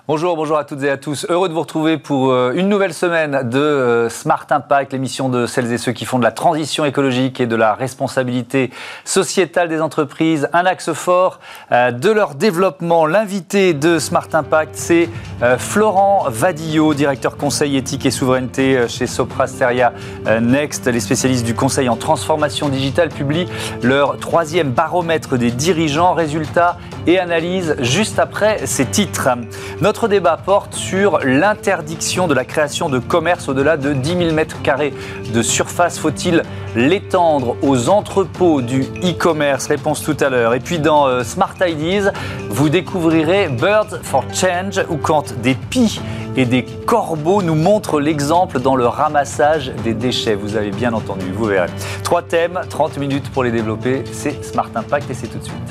Bonjour à toutes et à tous. Heureux de vous retrouver pour une nouvelle semaine de Smart Impact, l'émission de celles et ceux qui font de la transition écologique et de la responsabilité sociétale des entreprises. Un axe fort de leur développement. L'invité de Smart Impact, c'est Florent Vadillo, directeur conseil éthique et souveraineté chez Sopra Steria Next. Les spécialistes du conseil en transformation digitale publient leur 3e baromètre des dirigeants. Résultats et analyses juste après ces titres. Notre débat porte sur l'interdiction de la création de commerce au-delà de 10 000 m² de surface. Faut-il l'étendre aux entrepôts du e-commerce? Réponse tout à l'heure. Et puis dans Smart Ideas, vous découvrirez Birds for Change, ou quand des pies et des corbeaux nous montrent l'exemple dans le ramassage des déchets. Vous avez bien entendu, vous verrez. 3 thèmes, 30 minutes pour les développer. C'est Smart Impact et c'est tout de suite.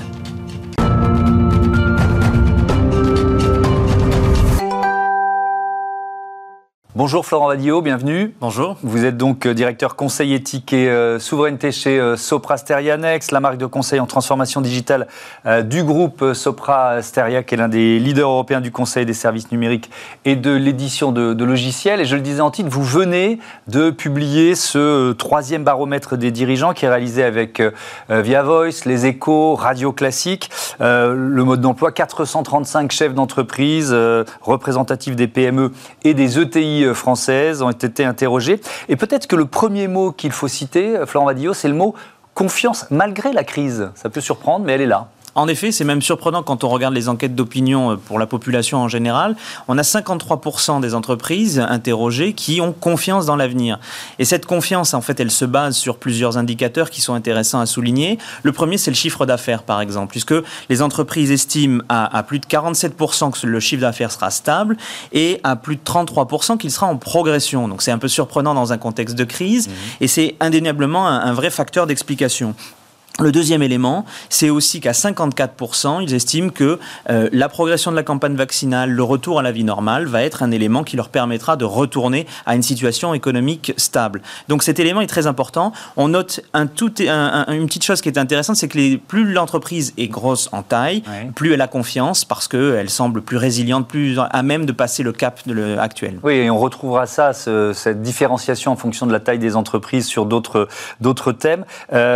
Bonjour Florent Vadillo, bienvenue. Bonjour. Vous êtes donc directeur conseil éthique et souveraineté chez Sopra Steria Next, la marque de conseil en transformation digitale du groupe Sopra Steria, qui est l'un des leaders européens du conseil des services numériques et de l'édition de logiciels. Et je le disais en titre, vous venez de publier ce 3e baromètre des dirigeants qui est réalisé avec Via Voice, Les Échos, Radio Classique. Le mode d'emploi, 435 chefs d'entreprise représentatifs des PME et des ETI françaises ont été interrogées. Et peut-être que le premier mot qu'il faut citer, Florent Vadillo, c'est le mot confiance, malgré la crise. Ça peut surprendre, mais elle est là. En effet, c'est même surprenant quand on regarde les enquêtes d'opinion pour la population en général. On a 53% des entreprises interrogées qui ont confiance dans l'avenir. Et cette confiance, en fait, elle se base sur plusieurs indicateurs qui sont intéressants à souligner. Le premier, c'est le chiffre d'affaires, par exemple, puisque les entreprises estiment à plus de 47% que le chiffre d'affaires sera stable et à plus de 33% qu'il sera en progression. Donc c'est un peu surprenant dans un contexte de crise et c'est indéniablement un vrai facteur d'explication. Le deuxième élément, c'est aussi qu'à 54%, ils estiment que la progression de la campagne vaccinale, le retour à la vie normale, va être un élément qui leur permettra de retourner à une situation économique stable. Donc cet élément est très important. On note une petite chose qui est intéressante, c'est que plus l'entreprise est grosse en taille, plus elle a confiance parce qu'elle semble plus résiliente, plus à même de passer le cap actuel. Oui, et on retrouvera ça, cette différenciation en fonction de la taille des entreprises sur d'autres thèmes.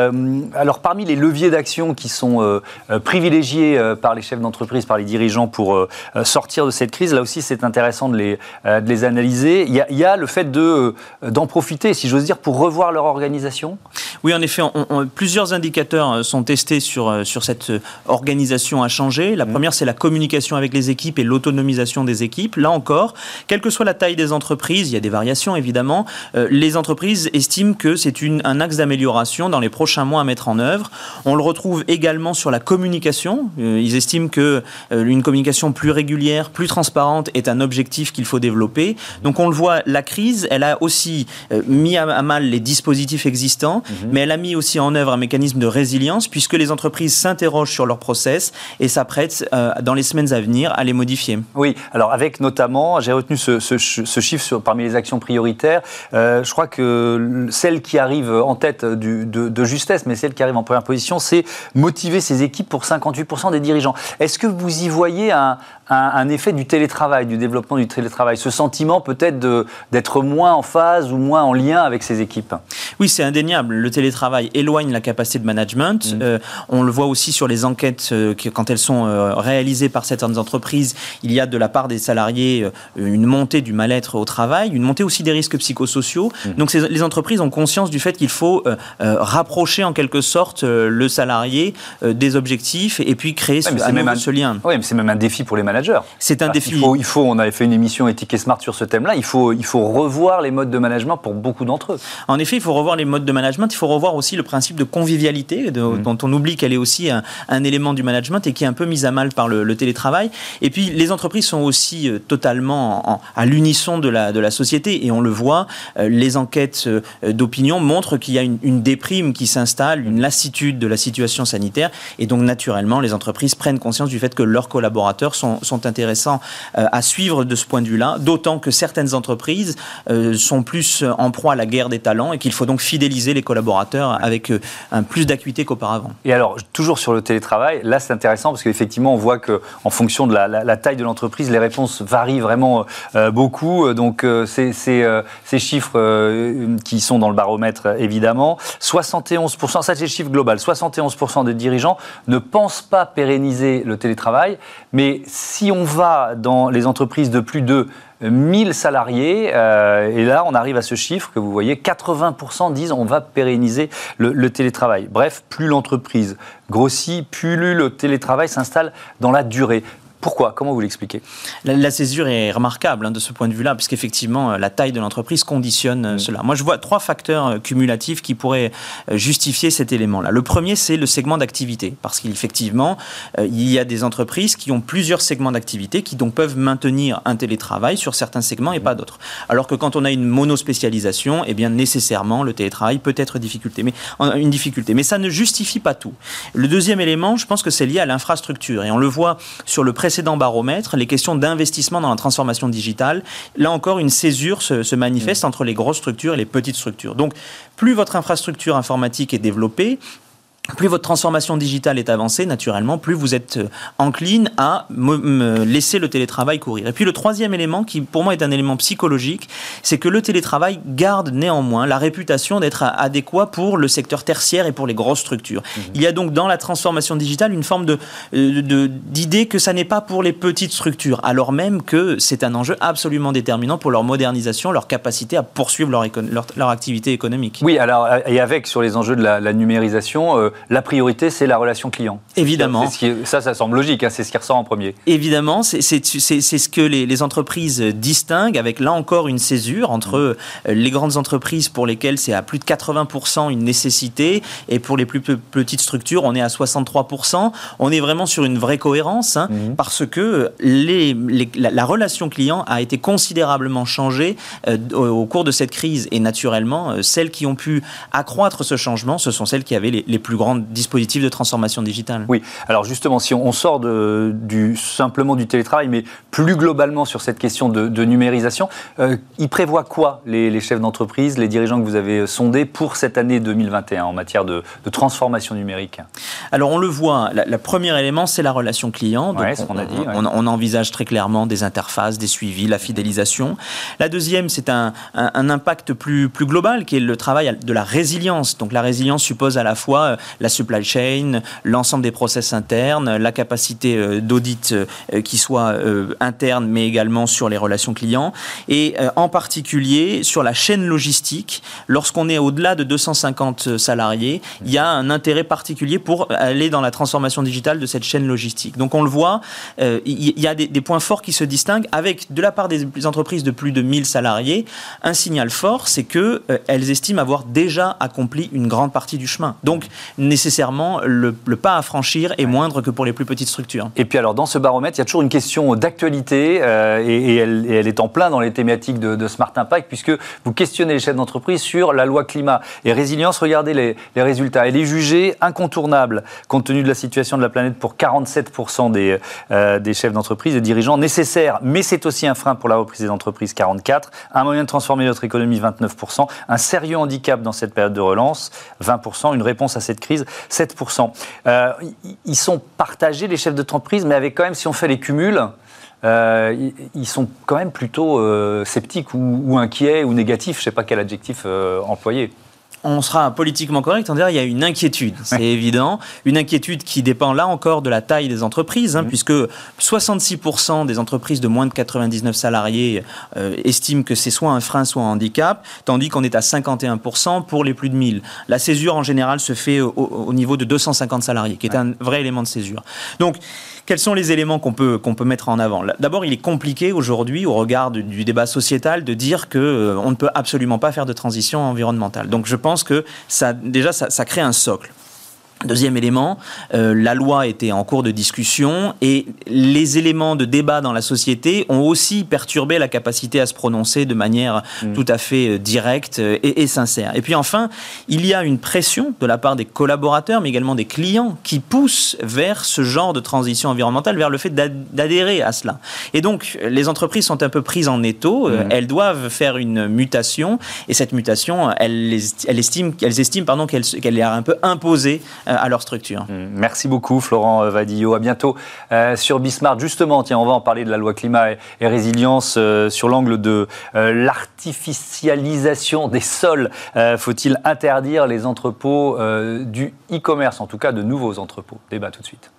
Alors, parmi les leviers d'action qui sont privilégiés par les chefs d'entreprise, par les dirigeants pour sortir de cette crise, là aussi c'est intéressant de les analyser. Il y a le fait d'en profiter, si j'ose dire, pour revoir leur organisation. Oui, en effet, plusieurs indicateurs sont testés sur cette organisation à changer. La première, c'est la communication avec les équipes et l'autonomisation des équipes. Là encore, quelle que soit la taille des entreprises, il y a des variations évidemment, les entreprises estiment que c'est un axe d'amélioration dans les prochains mois à mettre en œuvre. On le retrouve également sur la communication. Ils estiment qu'une communication plus régulière, plus transparente est un objectif qu'il faut développer. Donc on le voit, la crise, elle a aussi mis à mal les dispositifs existants, mais elle a mis aussi en œuvre un mécanisme de résilience puisque les entreprises s'interrogent sur leurs process et s'apprêtent dans les semaines à venir à les modifier. Oui, alors avec notamment, j'ai retenu ce chiffre parmi les actions prioritaires. Je crois que celle qui arrive en tête de justesse, mais celle qui arrive en première position, c'est motiver ses équipes pour 58% des dirigeants. Est-ce que vous y voyez un effet du télétravail, du développement du télétravail, ce sentiment peut-être d'être moins en phase ou moins en lien avec ses équipes? Oui, c'est indéniable. Le télétravail éloigne la capacité de management. On le voit aussi sur les enquêtes quand elles sont réalisées par certaines entreprises. Il y a de la part des salariés une montée du mal-être au travail, une montée aussi des risques psychosociaux. Donc les entreprises ont conscience du fait qu'il faut rapprocher en quelque sorte le salarié des objectifs et puis créer ce lien. Oui, mais c'est même un défi pour les managers. C'est un défi. On avait fait une émission Éthique et Smart sur ce thème-là. Il faut revoir les modes de management pour beaucoup d'entre eux. En effet, il faut revoir les modes de management. Il faut revoir aussi le principe de convivialité dont on oublie qu'elle est aussi un élément du management et qui est un peu mise à mal par le télétravail. Et puis, les entreprises sont aussi totalement à l'unisson de la société. Et on le voit, les enquêtes d'opinion montrent qu'il y a une déprime qui s'installe, une lassitude de la situation sanitaire. Et donc, naturellement, les entreprises prennent conscience du fait que leurs collaborateurs sont intéressants à suivre de ce point de vue-là. D'autant que certaines entreprises sont plus en proie à la guerre des talents et qu'il faut donc fidéliser les collaborateurs collaborateurs avec un plus d'acuité qu'auparavant. Et alors, toujours sur le télétravail, là c'est intéressant parce qu'effectivement on voit qu'en fonction de la taille de l'entreprise, les réponses varient vraiment beaucoup. Donc ces chiffres qui sont dans le baromètre évidemment, 71%, ça c'est le chiffre global, 71% des dirigeants ne pensent pas pérenniser le télétravail, mais si on va dans les entreprises de plus de 1000 salariés, et là on arrive à ce chiffre que vous voyez, 80% disent on va pérenniser le télétravail. Bref, plus l'entreprise grossit, plus le télétravail s'installe dans la durée. Pourquoi ? Comment vous l'expliquez ? La césure est remarquable de ce point de vue-là, puisqu'effectivement, la taille de l'entreprise conditionne cela. Moi, je vois 3 facteurs cumulatifs qui pourraient justifier cet élément-là. Le premier, c'est le segment d'activité, parce qu'effectivement, il y a des entreprises qui ont plusieurs segments d'activité, qui donc peuvent maintenir un télétravail sur certains segments et pas d'autres. Alors que quand on a une monospécialisation, eh bien, nécessairement, le télétravail peut être une difficulté. Mais ça ne justifie pas tout. Le deuxième élément, je pense que c'est lié à l'infrastructure. Et on le voit sur le précédent baromètre, les questions d'investissement dans la transformation digitale. Là encore, une césure se manifeste entre les grosses structures et les petites structures. Donc, plus votre infrastructure informatique est développée, plus votre transformation digitale est avancée, naturellement, plus vous êtes encline à laisser le télétravail courir. Et puis le troisième élément, qui pour moi est un élément psychologique, c'est que le télétravail garde néanmoins la réputation d'être adéquat pour le secteur tertiaire et pour les grosses structures. Il y a donc dans la transformation digitale une forme d'idée que ça n'est pas pour les petites structures, alors même que c'est un enjeu absolument déterminant pour leur modernisation, leur capacité à poursuivre leur activité économique. Oui, alors, et avec sur les enjeux de la numérisation, la priorité, c'est la relation client. Évidemment. Ça semble logique, c'est ce qui ressort en premier. Évidemment, c'est ce que les entreprises distinguent, avec là encore une césure entre les grandes entreprises pour lesquelles c'est à plus de 80% une nécessité, et pour les plus petites structures, on est à 63%. On est vraiment sur une vraie cohérence, parce que la relation client a été considérablement changée au cours de cette crise. Et naturellement, celles qui ont pu accroître ce changement, ce sont celles qui avaient les plus grands dispositifs de transformation digitale. Oui, alors justement, si on sort simplement du télétravail, mais plus globalement sur cette question de numérisation, ils prévoient quoi, les chefs d'entreprise, les dirigeants que vous avez sondés pour cette année 2021 en matière de transformation numérique ? Alors on le voit, le premier élément, c'est la relation client. Donc ce qu'on a dit. On envisage très clairement des interfaces, des suivis, la fidélisation. La deuxième, c'est un impact plus global, qui est le travail de la résilience. Donc la résilience suppose à la fois la supply chain, l'ensemble des process internes, la capacité d'audit qui soit interne, mais également sur les relations clients, et en particulier sur la chaîne logistique. Lorsqu'on est au-delà de 250 salariés, il y a un intérêt particulier pour aller dans la transformation digitale de cette chaîne logistique. Donc on le voit, il y a des points forts qui se distinguent avec, de la part des entreprises de plus de 1000 salariés, un signal fort, c'est qu'elles estiment avoir déjà accompli une grande partie du chemin. Donc, nécessairement, le pas à franchir est moindre que pour les plus petites structures. Et puis alors, dans ce baromètre, il y a toujours une question d'actualité, et elle est en plein dans les thématiques de Smart Impact, puisque vous questionnez les chefs d'entreprise sur la loi climat et résilience. Regardez les résultats. Elle est jugée incontournable, compte tenu de la situation de la planète, pour 47% des chefs d'entreprise, des dirigeants, nécessaire, mais c'est aussi un frein pour la reprise des entreprises, 44%, un moyen de transformer notre économie, 29%, un sérieux handicap dans cette période de relance, 20%, une réponse à cette crise, 7%. Ils sont partagés, les chefs d'entreprise, mais avec quand même, si on fait les cumuls, ils sont quand même plutôt sceptiques ou inquiets ou négatifs, je ne sais pas quel adjectif employer. On sera politiquement correct, on dirait qu'il y a une inquiétude, c'est évident. Une inquiétude qui dépend là encore de la taille des entreprises, puisque 66% des entreprises de moins de 99 salariés estiment que c'est soit un frein, soit un handicap, tandis qu'on est à 51% pour les plus de 1000. La césure, en général, se fait au niveau de 250 salariés, qui est un vrai élément de césure. Donc, quels sont les éléments qu'on peut mettre en avant ? D'abord, il est compliqué aujourd'hui, au regard du débat sociétal, de dire qu'on ne peut absolument pas faire de transition environnementale. Donc je pense que ça crée un socle. Deuxième élément, la loi était en cours de discussion et les éléments de débat dans la société ont aussi perturbé la capacité à se prononcer de manière tout à fait directe et sincère. Et puis enfin, il y a une pression de la part des collaborateurs, mais également des clients, qui poussent vers ce genre de transition environnementale, vers le fait d'adhérer à cela. Et donc, les entreprises sont un peu prises en étau, elles doivent faire une mutation, et cette mutation, elles estiment qu'elle est un peu imposée à leur structure. Merci beaucoup Florent Vadillo, à bientôt sur Bismart. Justement, tiens, on va en parler de la loi climat et résilience sur l'angle de l'artificialisation des sols. Faut-il interdire les entrepôts du e-commerce, en tout cas de nouveaux entrepôts? Débat tout de suite.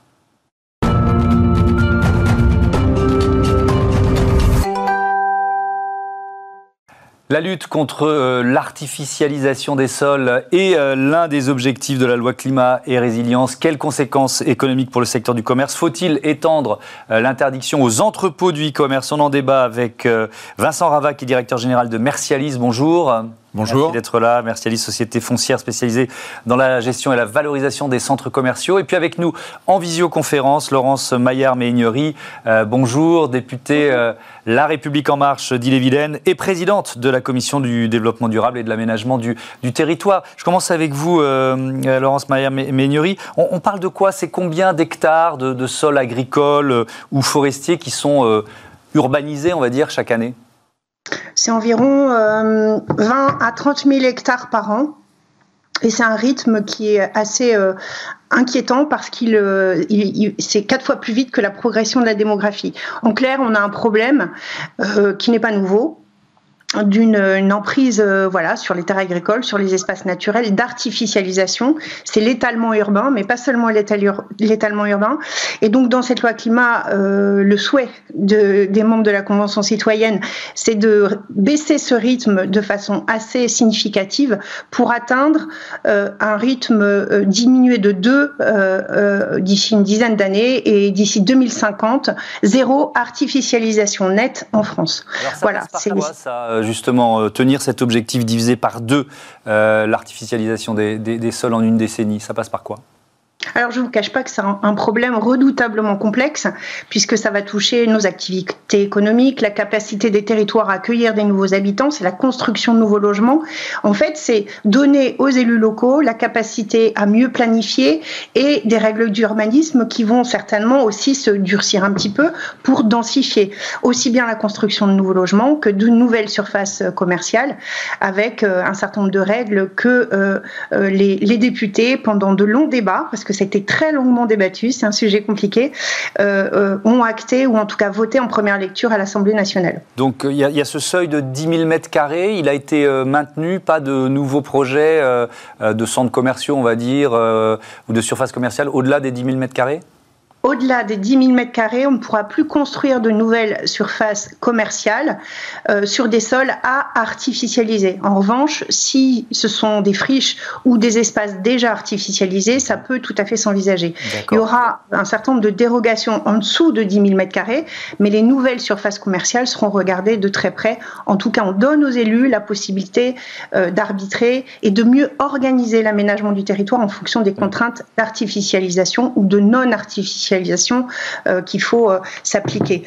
La lutte contre l'artificialisation des sols est l'un des objectifs de la loi climat et résilience. Quelles conséquences économiques pour le secteur du commerce? Faut-il étendre l'interdiction aux entrepôts du e-commerce? On en débat avec Vincent Rava, qui est directeur général de Mercialis. Bonjour. Bonjour. Merci d'être là. Mercialis, société foncière spécialisée dans la gestion et la valorisation des centres commerciaux. Et puis avec nous, en visioconférence, Laurence Maillard-Méhaignerie. Bonjour, députée La République En Marche d'Ille-et-Vilaine et présidente de la Commission du développement durable et de l'aménagement du territoire. Je commence avec vous, Laurence Maillard-Méhaignerie. On parle de quoi? C'est combien d'hectares de sols agricoles ou forestiers qui sont urbanisés, on va dire, chaque année? C'est environ 20 à 30 000 hectares par an. Et c'est un rythme qui est assez inquiétant parce c'est 4 fois plus vite que la progression de la démographie. En clair, on a un problème qui n'est pas nouveau, d'une emprise sur les terres agricoles, sur les espaces naturels, d'artificialisation. C'est l'étalement urbain, mais pas seulement l'étalement urbain. Et donc, dans cette loi climat, le souhait des membres de la Convention citoyenne, c'est de baisser ce rythme de façon assez significative pour atteindre un rythme diminué de 2 d'ici une dizaine d'années et d'ici 2050, zéro artificialisation nette en France. Alors ça passe par quoi, ça, justement, tenir cet objectif divisé par 2, l'artificialisation des sols en une décennie, ça passe par quoi? Alors, je ne vous cache pas que c'est un problème redoutablement complexe, puisque ça va toucher nos activités économiques, la capacité des territoires à accueillir des nouveaux habitants, c'est la construction de nouveaux logements. En fait, c'est donner aux élus locaux la capacité à mieux planifier et des règles d'urbanisme qui vont certainement aussi se durcir un petit peu pour densifier aussi bien la construction de nouveaux logements que de nouvelles surfaces commerciales, avec un certain nombre de règles que les députés, pendant de longs débats, parce que ça a été très longuement débattu, c'est un sujet compliqué, ont acté ou en tout cas voté en première lecture à l'Assemblée nationale. Donc il y a ce seuil de 10 000 m², il a été maintenu, pas de nouveaux projets de centres commerciaux, on va dire, ou de surfaces commerciales au-delà des 10 000 m²? Au-delà des 10 000 m², on ne pourra plus construire de nouvelles surfaces commerciales sur des sols à artificialiser. En revanche, si ce sont des friches ou des espaces déjà artificialisés, ça peut tout à fait s'envisager. Il y aura un certain nombre de dérogations en dessous de 10 000 m², mais les nouvelles surfaces commerciales seront regardées de très près. En tout cas, on donne aux élus la possibilité d'arbitrer et de mieux organiser l'aménagement du territoire en fonction des contraintes d'artificialisation ou de non-artificialisation qu'il faut s'appliquer.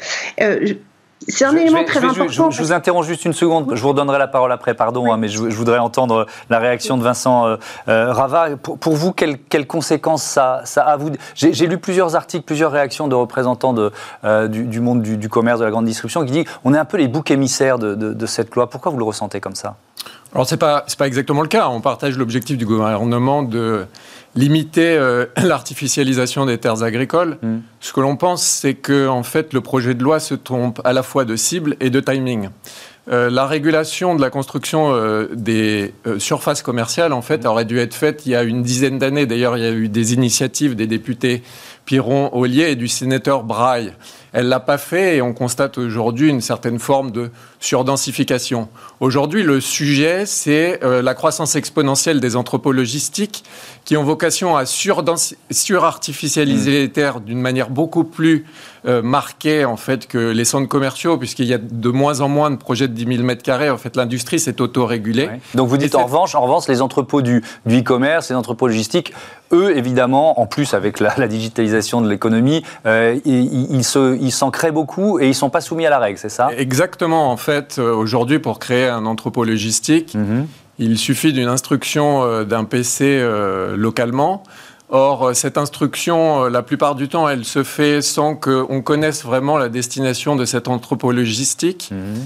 C'est un élément très important. Je vous interromps juste une seconde, je vous redonnerai la parole après, pardon, oui. Mais je voudrais entendre la réaction de Vincent Rava. Pour vous, quelles conséquences ça a? J'ai lu plusieurs articles, plusieurs réactions de représentants du monde du commerce, de la grande distribution, qui disent qu'on est un peu les boucs émissaires de cette loi. Pourquoi vous le ressentez comme ça? Alors, c'est pas exactement le cas. On partage l'objectif du gouvernement de limiter l'artificialisation des terres agricoles. Ce que l'on pense, c'est que en fait, le projet de loi se trompe à la fois de cible et de timing. La régulation de la construction des surfaces commerciales, en fait, aurait dû être faite il y a une dizaine d'années. D'ailleurs, il y a eu des initiatives des députés Piron-Ollier et du sénateur Braille. Elle ne l'a pas fait et on constate aujourd'hui une certaine forme de surdensification. Aujourd'hui, le sujet, c'est la croissance exponentielle des entrepôts logistiques qui ont vocation à surartificialiser les terres d'une manière beaucoup plus marquée en fait, que les centres commerciaux, puisqu'il y a de moins en moins de projets de 10 000 m². En fait, l'industrie s'est autorégulée. Ouais. Donc vous dites en revanche, les entrepôts du e-commerce, les entrepôts logistiques, eux, évidemment, en plus avec la digitalisation de l'économie, ils s'en créent beaucoup et ils ne sont pas soumis à la règle, c'est ça ? Exactement. En fait, aujourd'hui, pour créer un entrepôt logistique, il suffit d'une instruction d'un PC localement. Or, cette instruction, la plupart du temps, elle se fait sans qu'on connaisse vraiment la destination de cet entrepôt logistique,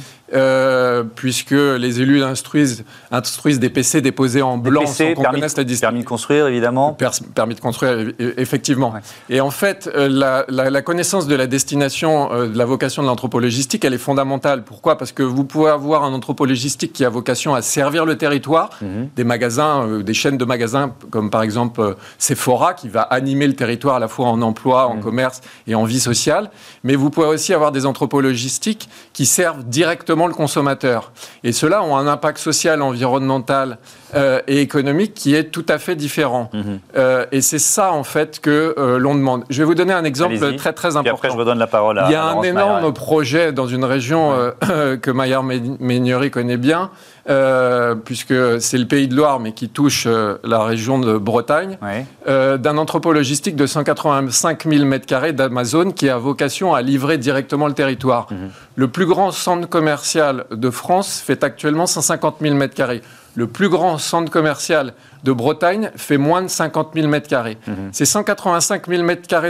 puisque les élus instruisent des PC déposés en blanc sans qu'on connaisse la destination. Permis de construire, évidemment. Permis de construire, effectivement. Ouais. Et en fait, la connaissance de la destination, de la vocation de l'entrepôt logistique, elle est fondamentale. Pourquoi ? Parce que vous pouvez avoir un entrepôt logistique qui a vocation à servir le territoire, des magasins, des chaînes de magasins, comme par exemple Sephora, qui va animer le territoire à la fois en emploi, en commerce et en vie sociale. Mais vous pouvez aussi avoir des entrepôts logistiques qui servent directement le consommateur. Et ceux-là ont un impact social, environnemental et économique qui est tout à fait différent. Et c'est ça, en fait, que l'on demande. Je vais vous donner un exemple très, très important. Et après, je vous donne la parole à Il y a un énorme projet dans une région que Maillard-Meignery connaît bien, puisque c'est le Pays de Loire, mais qui touche la région de Bretagne, d'un entrepôt logistique de 185 000 m² d'Amazon qui a vocation à livrer directement le territoire. Le plus grand centre commercial de France fait actuellement 150 000 m². Le plus grand centre commercial de Bretagne fait moins de 50 000 m². Ces 185 000 m²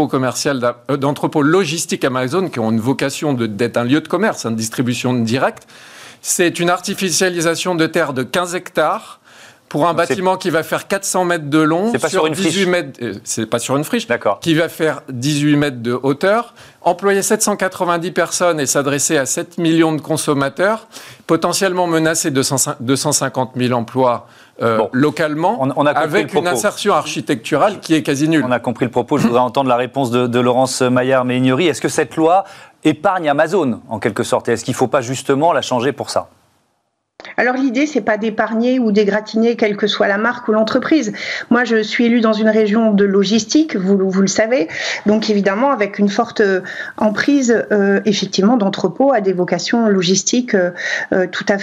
d'entrepôt logistique Amazon, qui ont une vocation d'être un lieu de commerce, une distribution directe, c'est une artificialisation de terre de 15 hectares pour un bâtiment qui va faire 400 mètres de long, c'est pas sur une 18 friche. Mètres, c'est pas sur une friche, d'accord, qui va faire 18 mètres de hauteur, employer 790 personnes et s'adresser à 7 millions de consommateurs, potentiellement menacer 250 000 emplois localement, on a avec une insertion architecturale qui est quasi nulle. On a compris le propos. Je voudrais entendre la réponse de Laurence Maillard-Meignery. Est-ce que cette loi épargne Amazon, en quelque sorte ? Et est-ce qu'il ne faut pas justement la changer pour ça ? Alors l'idée, c'est pas d'épargner ou d'égratigner quelle que soit la marque ou l'entreprise. Moi, je suis élue dans une région de logistique, vous le savez, donc évidemment avec une forte emprise, effectivement, d'entrepôts à des vocations logistiques tout à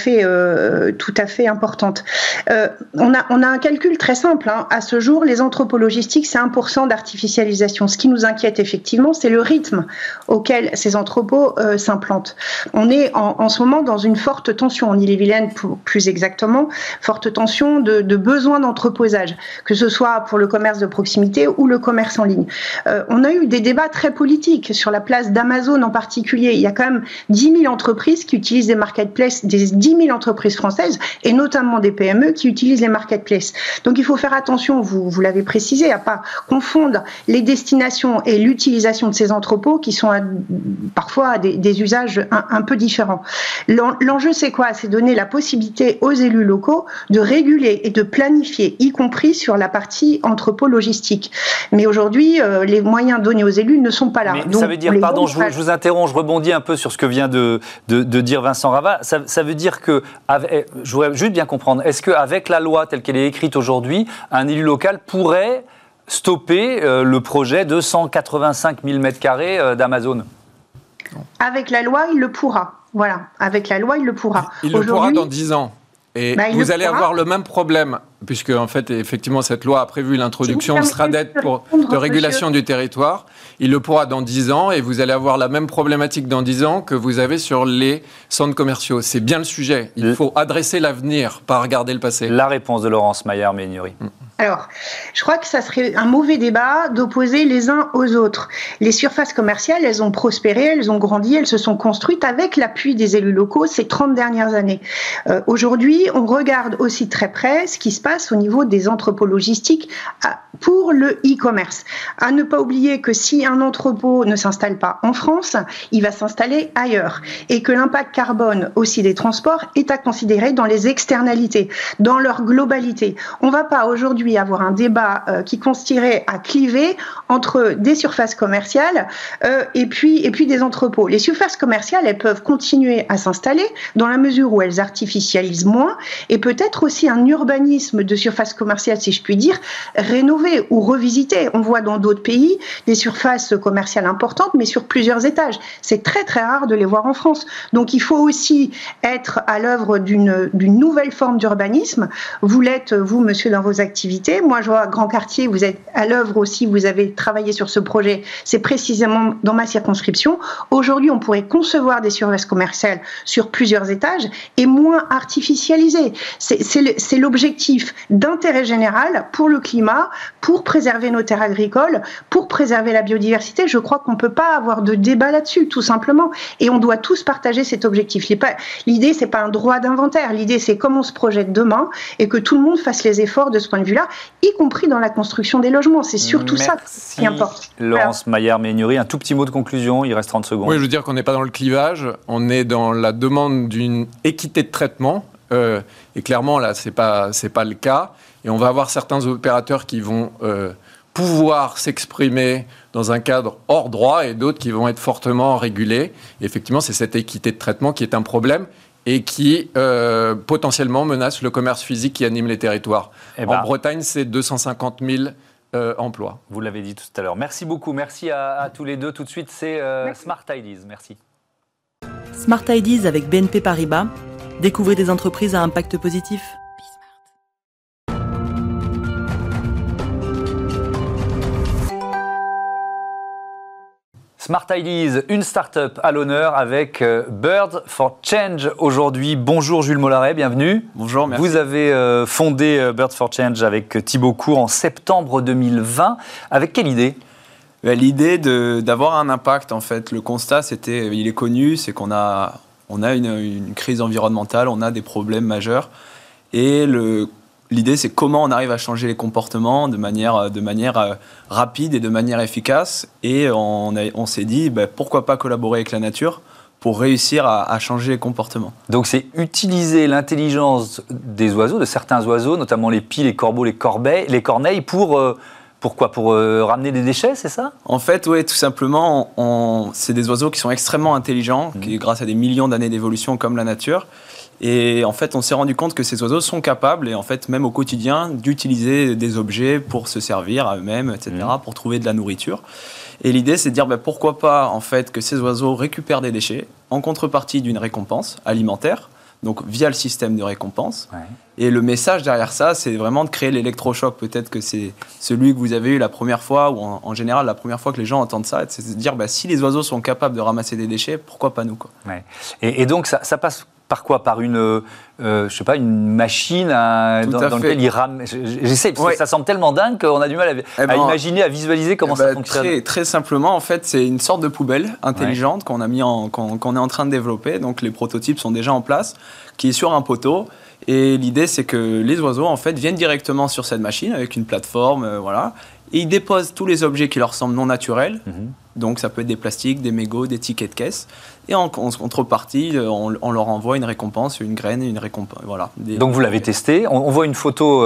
fait importantes. On a un calcul très simple. À ce jour, les entrepôts logistiques, c'est 1% d'artificialisation. Ce qui nous inquiète effectivement, c'est le rythme auquel ces entrepôts s'implantent. On est en ce moment dans une forte tension en Ille-et-Vilaine, plus exactement, forte tension de besoins d'entreposage, que ce soit pour le commerce de proximité ou le commerce en ligne. On a eu des débats très politiques sur la place d'Amazon en particulier. Il y a quand même 10 000 entreprises qui utilisent des marketplaces, des 10 000 entreprises françaises, et notamment des PME qui utilisent les marketplaces. Donc il faut faire attention, vous l'avez précisé, à pas confondre les destinations et l'utilisation de ces entrepôts qui sont parfois des usages un peu différents. L'enjeu, c'est quoi ? C'est donner la possibilité aux élus locaux de réguler et de planifier, y compris sur la partie entrepôt logistique. Mais aujourd'hui, les moyens donnés aux élus ne sont pas là. Mais donc, ça veut dire, pardon, je vous interromps, je rebondis un peu sur ce que vient de dire Vincent Ravat. Ça veut dire que, je voudrais juste bien comprendre, est-ce qu'avec la loi telle qu'elle est écrite aujourd'hui, un élu local pourrait stopper le projet de 185 000 m² d'Amazon ? Avec la loi, il le pourra. Voilà, avec la loi, il le pourra. Il le pourra dans 10 ans. Et vous allez avoir le même problème, puisque en fait, effectivement, cette loi a prévu l'introduction de SRADET de régulation du territoire. Il le pourra dans 10 ans et vous allez avoir la même problématique dans 10 ans que vous avez sur les centres commerciaux. C'est bien le sujet. Il faut adresser l'avenir, pas regarder le passé. La réponse de Laurence Maillard-Meignery. Alors, je crois que ça serait un mauvais débat d'opposer les uns aux autres. Les surfaces commerciales, elles ont prospéré, elles ont grandi, elles se sont construites avec l'appui des élus locaux ces 30 dernières années. Aujourd'hui, on regarde aussi très près ce qui se passe au niveau des entrepôts logistiques pour le e-commerce. À ne pas oublier que si un entrepôt ne s'installe pas en France, il va s'installer ailleurs. Et que l'impact carbone aussi des transports est à considérer dans les externalités, dans leur globalité. On ne va pas aujourd'hui avoir un débat qui consisterait à cliver entre des surfaces commerciales et puis des entrepôts. Les surfaces commerciales, elles peuvent continuer à s'installer dans la mesure où elles artificialisent moins et peut-être aussi un urbanisme de surfaces commerciales, si je puis dire, rénové ou revisité. On voit dans d'autres pays des surfaces commerciales importantes, mais sur plusieurs étages. C'est très très rare de les voir en France. Donc il faut aussi être à l'œuvre d'une nouvelle forme d'urbanisme. Vous l'êtes, vous, monsieur, dans vos activités. visiter. Moi, je vois Grand Quartier, vous êtes à l'œuvre aussi, vous avez travaillé sur ce projet. C'est précisément dans ma circonscription. Aujourd'hui, on pourrait concevoir des surfaces commerciales sur plusieurs étages et moins artificialisées. C'est l'objectif d'intérêt général pour le climat, pour préserver nos terres agricoles, pour préserver la biodiversité. Je crois qu'on ne peut pas avoir de débat là-dessus, tout simplement. Et on doit tous partager cet objectif. L'idée, c'est pas un droit d'inventaire. L'idée, c'est comment on se projette demain et que tout le monde fasse les efforts de ce point de vue-là, y compris dans la construction des logements. C'est surtout ça qui importe. Laurence Maillard-Méhaignerie, un tout petit mot de conclusion, il reste 30 secondes. Oui, je veux dire qu'on n'est pas dans le clivage, on est dans la demande d'une équité de traitement, et clairement, là, c'est pas le cas. Et on va avoir certains opérateurs qui vont pouvoir s'exprimer dans un cadre hors droit et d'autres qui vont être fortement régulés. Et effectivement, c'est cette équité de traitement qui est un problème et qui potentiellement menace le commerce physique qui anime les territoires. En Bretagne, c'est 250 000 emplois. Vous l'avez dit tout à l'heure. Merci beaucoup. Merci à tous les deux. Tout de suite, c'est Smart Ideas. Merci. Smart Ideas avec BNP Paribas. Découvrez des entreprises à impact positif. Smart Ideas, une start-up à l'honneur avec Bird for Change aujourd'hui. Bonjour Jules Mollaret, bienvenue. Bonjour, merci. Vous avez fondé Bird for Change avec Thibaut Court en septembre 2020. Avec quelle idée ? L'idée d'avoir un impact, en fait. Le constat, il est connu, c'est qu'on a une crise environnementale, on a des problèmes majeurs. Et l'idée, c'est comment on arrive à changer les comportements de manière rapide et de manière efficace. Et on s'est dit, pourquoi pas collaborer avec la nature pour réussir à changer les comportements. Donc c'est utiliser l'intelligence des oiseaux, de certains oiseaux, notamment les pies, les corbeaux, les corneilles, pourquoi ? Pour ramener des déchets, c'est ça ? En fait, oui, tout simplement, c'est des oiseaux qui sont extrêmement intelligents, qui, grâce à des millions d'années d'évolution comme la nature. Et en fait, on s'est rendu compte que ces oiseaux sont capables, et en fait, même au quotidien, d'utiliser des objets pour se servir à eux-mêmes, etc., pour trouver de la nourriture. Et l'idée, c'est de dire pourquoi pas, en fait, que ces oiseaux récupèrent des déchets en contrepartie d'une récompense alimentaire, donc via le système de récompense. Ouais. Et le message derrière ça, c'est vraiment de créer l'électrochoc. Peut-être que c'est celui que vous avez eu la première fois, ou en général, la première fois que les gens entendent ça, c'est de dire, si les oiseaux sont capables de ramasser des déchets, pourquoi pas nous, quoi. Ouais. Et donc, ça passe par quoi ? Par une machine dans laquelle il rame. J'essaie, parce que ça semble tellement dingue qu'on a du mal à imaginer, à visualiser comment ça fonctionne. Très, très simplement, en fait, c'est une sorte de poubelle intelligente qu'on est en train de développer. Donc, les prototypes sont déjà en place, qui est sur un poteau. Et l'idée, c'est que les oiseaux, en fait, viennent directement sur cette machine avec une plateforme, et ils déposent tous les objets qui leur semblent non naturels. Donc, ça peut être des plastiques, des mégots, des tickets de caisse. Et en contrepartie, on leur envoie une récompense, une graine, une récompense. Voilà. Donc, vous l'avez testé. On voit une photo,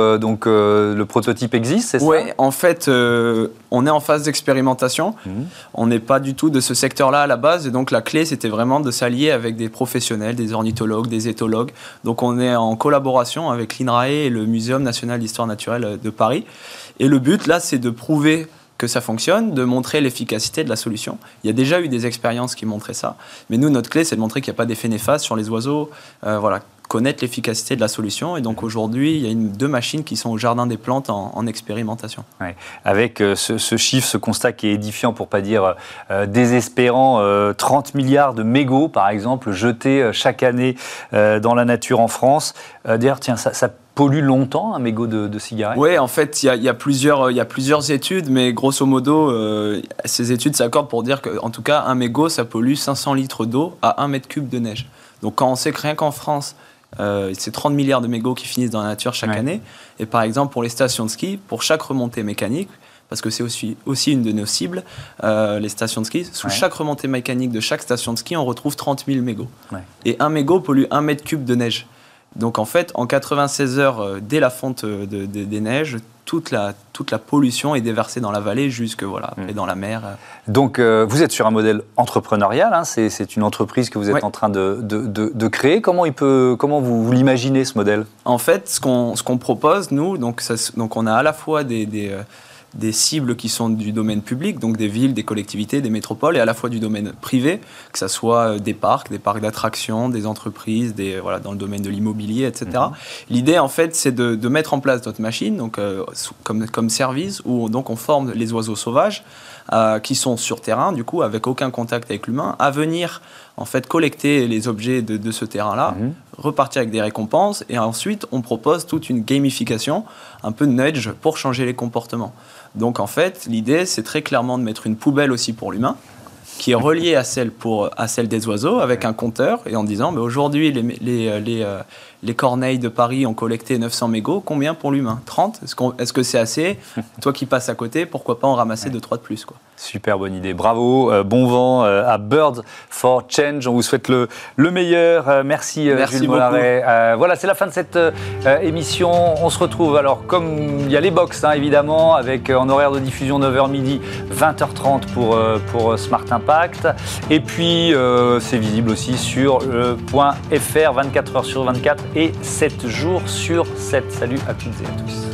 le prototype existe, c'est ça ? Oui, en fait, on est en phase d'expérimentation. On n'est pas du tout de ce secteur-là à la base. Et donc, la clé, c'était vraiment de s'allier avec des professionnels, des ornithologues, des éthologues. Donc, on est en collaboration avec l'INRAE et le Muséum national d'histoire naturelle de Paris. Et le but, là, c'est de prouver que ça fonctionne, de montrer l'efficacité de la solution. Il y a déjà eu des expériences qui montraient ça, mais nous, notre clé, c'est de montrer qu'il n'y a pas d'effet néfaste sur les oiseaux, connaître l'efficacité de la solution. Et donc aujourd'hui, il y a 2 machines qui sont au Jardin des Plantes en expérimentation. Ouais. Avec ce chiffre, ce constat qui est édifiant, pour ne pas dire désespérant, 30 milliards de mégots, par exemple, jetés chaque année dans la nature en France. D'ailleurs, tiens, ça pollue longtemps un mégot de cigarette ? Oui, en fait, il y a plusieurs études, mais grosso modo, ces études s'accordent pour dire qu'en tout cas, un mégot, ça pollue 500 litres d'eau à 1 mètre cube de neige. Donc quand on sait que rien qu'en France, c'est 30 milliards de mégots qui finissent dans la nature chaque année, et par exemple, pour les stations de ski, pour chaque remontée mécanique, parce que c'est aussi une de nos cibles, les stations de ski, sous chaque remontée mécanique de chaque station de ski, on retrouve 30 000 mégots. Et un mégot pollue 1 mètre cube de neige. Donc en fait, en 96 heures, dès la fonte des neiges, toute la pollution est déversée dans la vallée jusque et dans la mer. Donc vous êtes sur un modèle entrepreneurial, hein, c'est une entreprise que vous êtes en train de créer. Comment vous l'imaginez, ce modèle ? En fait, ce qu'on propose, nous, donc on a à la fois des cibles qui sont du domaine public, donc des villes, des collectivités, des métropoles, et à la fois du domaine privé, que ce soit des parcs d'attractions, des entreprises, dans le domaine de l'immobilier, etc. L'idée, en fait, c'est de mettre en place notre machine, donc, comme service, où donc, on forme les oiseaux sauvages qui sont sur terrain, du coup, avec aucun contact avec l'humain, à venir en fait collecter les objets de ce terrain-là, repartir avec des récompenses, et ensuite on propose toute une gamification, un peu de nudge pour changer les comportements. Donc en fait, l'idée c'est très clairement de mettre une poubelle aussi pour l'humain, qui est reliée à celle des oiseaux, avec un compteur, et en disant, mais aujourd'hui les corneilles de Paris ont collecté 900 mégots, combien pour l'humain ? 30 ? Est-ce que c'est assez ? Toi qui passes à côté, pourquoi pas en ramasser 2-3 de plus, quoi. Super bonne idée, bravo, bon vent à Birds for Change, on vous souhaite le meilleur, merci Jules Mollaret. Voilà, c'est la fin de cette émission, on se retrouve alors comme il y a les box évidemment, avec en horaire de diffusion 9h midi, 20h30 pour Smart Impact, et puis c'est visible aussi sur le .fr 24h sur 24 et 7 jours sur 7. Salut à toutes et à tous.